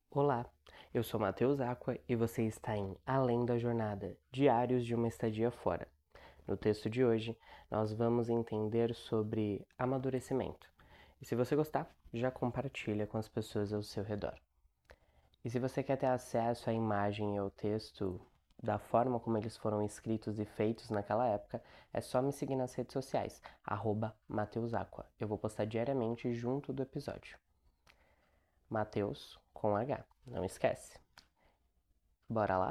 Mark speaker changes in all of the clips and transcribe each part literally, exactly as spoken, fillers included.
Speaker 1: Olá, eu sou Matheus Aqua e você está em Além da Jornada, Diários de uma Estadia Fora. No texto de hoje, nós vamos entender sobre amadurecimento. E se você gostar, já compartilha com as pessoas ao seu redor. E se você quer ter acesso à imagem e ao texto da forma como eles foram escritos e feitos naquela época, é só me seguir nas redes sociais, arroba Matheus Aqua. Eu vou postar diariamente junto do episódio. Matheus com H, não esquece. Bora lá?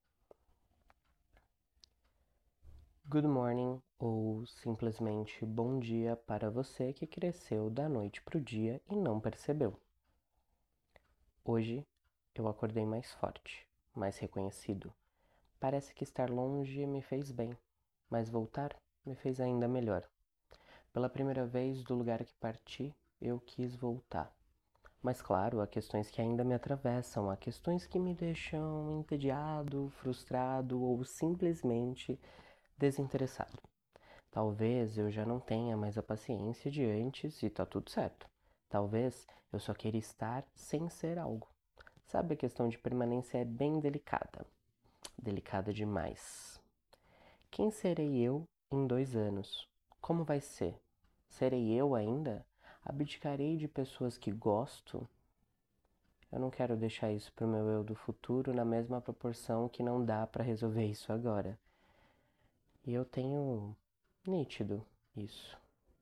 Speaker 1: Good morning, ou simplesmente bom dia para você que cresceu da noite pro dia e não percebeu. Hoje eu acordei mais forte, mais reconhecido. Parece que estar longe me fez bem, mas voltar me fez ainda melhor. Pela primeira vez do lugar que parti, eu quis voltar. Mas claro, há questões que ainda me atravessam, há questões que me deixam entediado, frustrado ou simplesmente desinteressado. Talvez eu já não tenha mais a paciência de antes e tá tudo certo. Talvez eu só queira estar sem ser algo. Sabe, a questão de permanência é bem delicada. Delicada demais. Quem serei eu em dois anos? Como vai ser? Serei eu ainda? Abdicarei de pessoas que gosto? Eu não quero deixar isso pro meu eu do futuro na mesma proporção que não dá pra resolver isso agora. E eu tenho nítido isso.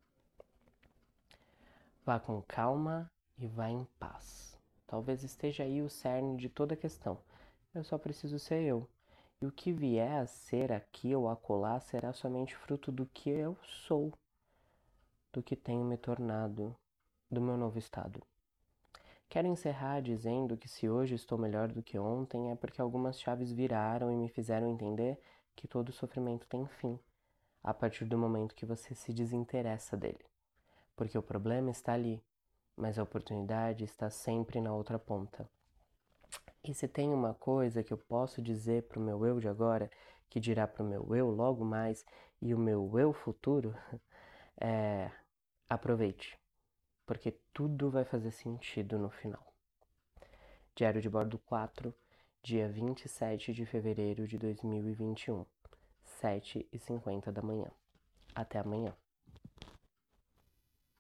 Speaker 1: Vá com calma e vá em paz. Talvez esteja aí o cerne de toda a questão. Eu só preciso ser eu. E o que vier a ser aqui ou acolá será somente fruto do que eu sou, do que tenho me tornado, do meu novo estado. Quero encerrar dizendo que se hoje estou melhor do que ontem é porque algumas chaves viraram e me fizeram entender que todo sofrimento tem fim, a partir do momento que você se desinteressa dele. Porque o problema está ali, mas a oportunidade está sempre na outra ponta. E se tem uma coisa que eu posso dizer pro meu eu de agora, que dirá pro meu eu logo mais e o meu eu futuro, é aproveite, porque tudo vai fazer sentido no final. Diário de Bordo quatro, dia vinte e sete de fevereiro de dois mil e vinte e um, sete e cinquenta da manhã. Até amanhã.